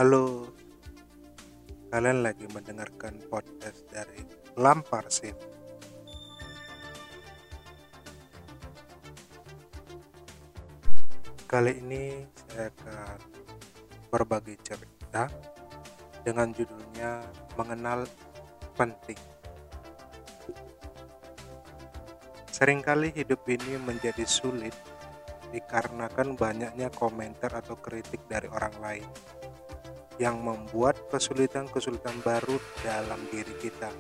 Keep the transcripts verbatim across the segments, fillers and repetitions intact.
Halo, kalian lagi mendengarkan podcast dari Lampar Sim. Kali ini saya akan berbagi cerita dengan judulnya Mengenal Penting. Seringkali hidup ini menjadi sulit dikarenakan banyaknya komentar atau kritik dari orang lain yang membuat kesulitan-kesulitan baru dalam diri kita.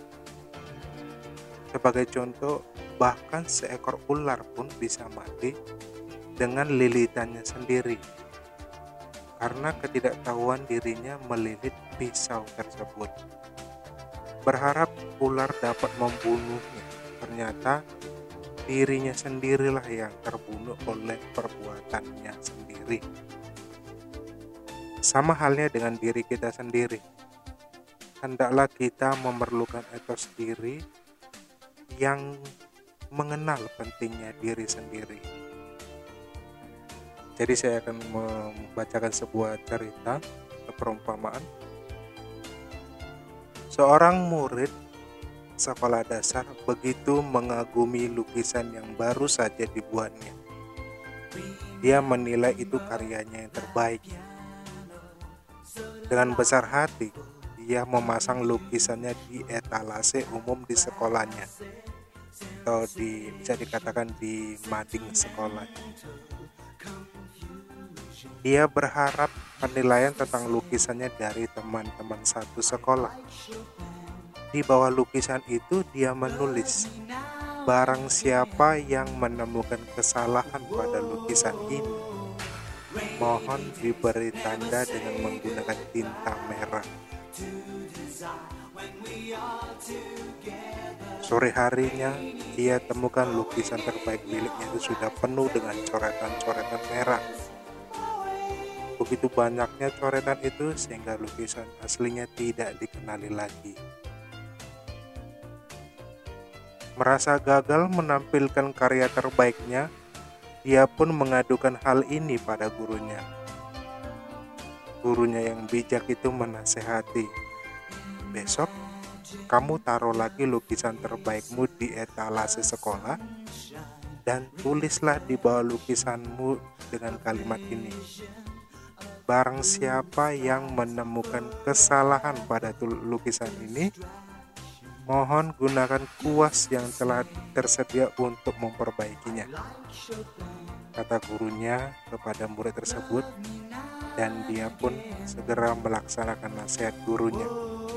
Sebagai contoh, bahkan seekor ular pun bisa mati dengan lilitannya sendiri karena ketidaktahuan dirinya melilit pisau tersebut. Berharap ular dapat membunuhnya, ternyata dirinya sendirilah yang terbunuh oleh perbuatannya sendiri. Sama halnya dengan diri kita sendiri. Hendaklah kita memerlukan etos diri yang mengenal pentingnya diri sendiri. Jadi saya akan membacakan sebuah cerita atau perumpamaan. Seorang murid sekolah dasar begitu mengagumi lukisan yang baru saja dibuatnya. Dia menilai itu karyanya yang terbaik. Dengan besar hati, dia memasang lukisannya di etalase umum di sekolahnya, atau di, bisa dikatakan di mading sekolah. Dia berharap penilaian tentang lukisannya dari teman-teman satu sekolah. Di bawah lukisan itu dia menulis, barang siapa yang menemukan kesalahan pada lukisan ini, mohon diberi tanda dengan menggunakan tinta merah. Sore harinya, ia temukan lukisan terbaik miliknya itu sudah penuh dengan coretan-coretan merah. Begitu banyaknya coretan itu sehingga lukisan aslinya tidak dikenali lagi. Merasa gagal menampilkan karya terbaiknya, dia pun mengadukan hal ini pada gurunya. Gurunya yang bijak itu menasehati, besok kamu taruh lagi lukisan terbaikmu di etalase sekolah dan tulislah di bawah lukisanmu dengan kalimat ini. Barang siapa yang menemukan kesalahan pada lukisan ini, mohon gunakan kuas yang telah tersedia untuk memperbaikinya, kata gurunya kepada murid tersebut, dan dia pun segera melaksanakan nasihat gurunya.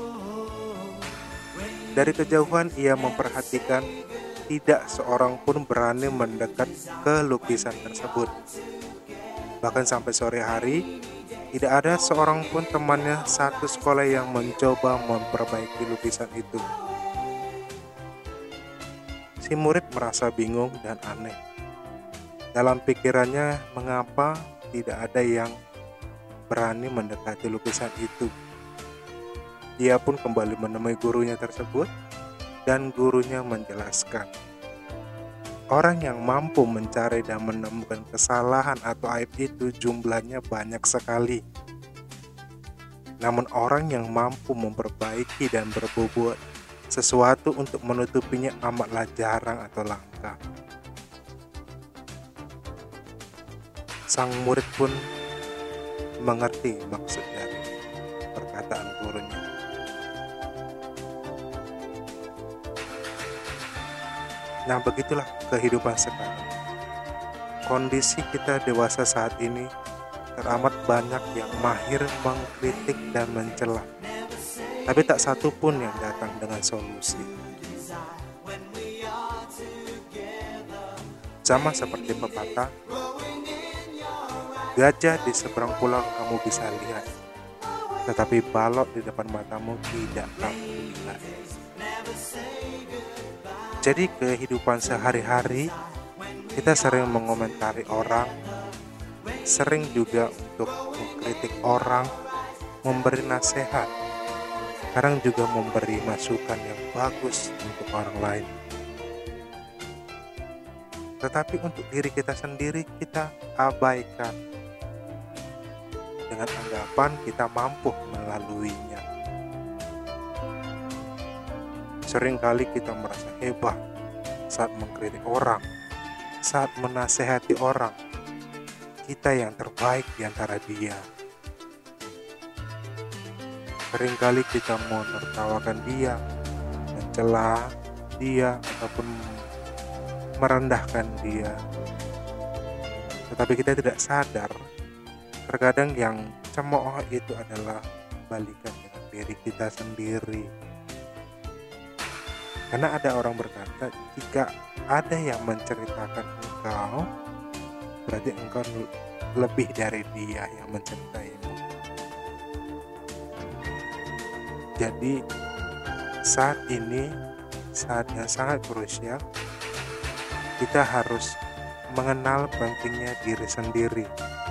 Dari kejauhan ia memperhatikan tidak seorang pun berani mendekat ke lukisan tersebut. Bahkan sampai sore hari, tidak ada seorang pun temannya satu sekolah yang mencoba memperbaiki lukisan itu. Si murid merasa bingung dan aneh. Dalam pikirannya, mengapa tidak ada yang berani mendekati lukisan itu? Dia pun kembali menemui gurunya tersebut, dan gurunya menjelaskan, orang yang mampu mencari dan menemukan kesalahan atau aib itu jumlahnya banyak sekali. Namun orang yang mampu memperbaiki dan berbuat sesuatu untuk menutupinya amatlah jarang atau langka. Sang murid pun mengerti maksud dari perkataan gurunya. Nah, begitulah kehidupan sekarang. Kondisi kita dewasa saat ini teramat banyak yang mahir mengkritik dan mencela, tapi tak satu pun yang datang dengan solusi. Sama seperti pepatah, gajah di seberang pulau kamu bisa lihat, tetapi balok di depan matamu tidak kamu lihat. Jadi kehidupan sehari-hari kita sering mengomentari orang, sering juga untuk mengkritik orang, memberi nasihat, kadang juga memberi masukan yang bagus untuk orang lain. Tetapi untuk diri kita sendiri kita abaikan. dengan anggapan kita mampu melaluinya. Seringkali kita merasa hebat saat mengkritik orang, saat menasehati orang. Kita yang terbaik di antara dia. Seringkali kita mau menertawakan dia, mencela dia, ataupun merendahkan dia. Tetapi kita tidak sadar, terkadang yang cemooh itu adalah balikan dengan diri kita sendiri. Karena ada orang berkata, jika ada yang menceritakan engkau, berarti engkau lebih dari dia yang mencintaimu. Jadi saat ini, saat yang sangat krusial, kita harus mengenal pentingnya diri sendiri,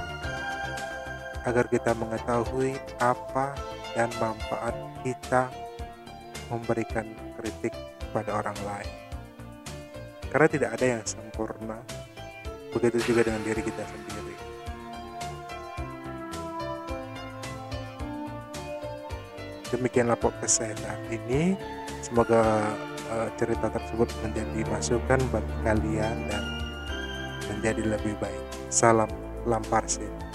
agar kita mengetahui apa dan manfaat kita memberikan kritik pada orang lain. Karena tidak ada yang sempurna, begitu juga dengan diri kita sendiri. Demikianlah podcast saya saat ini. Semoga uh, cerita tersebut menjadi masukan bagi kalian dan menjadi lebih baik. Salam Lamparsin.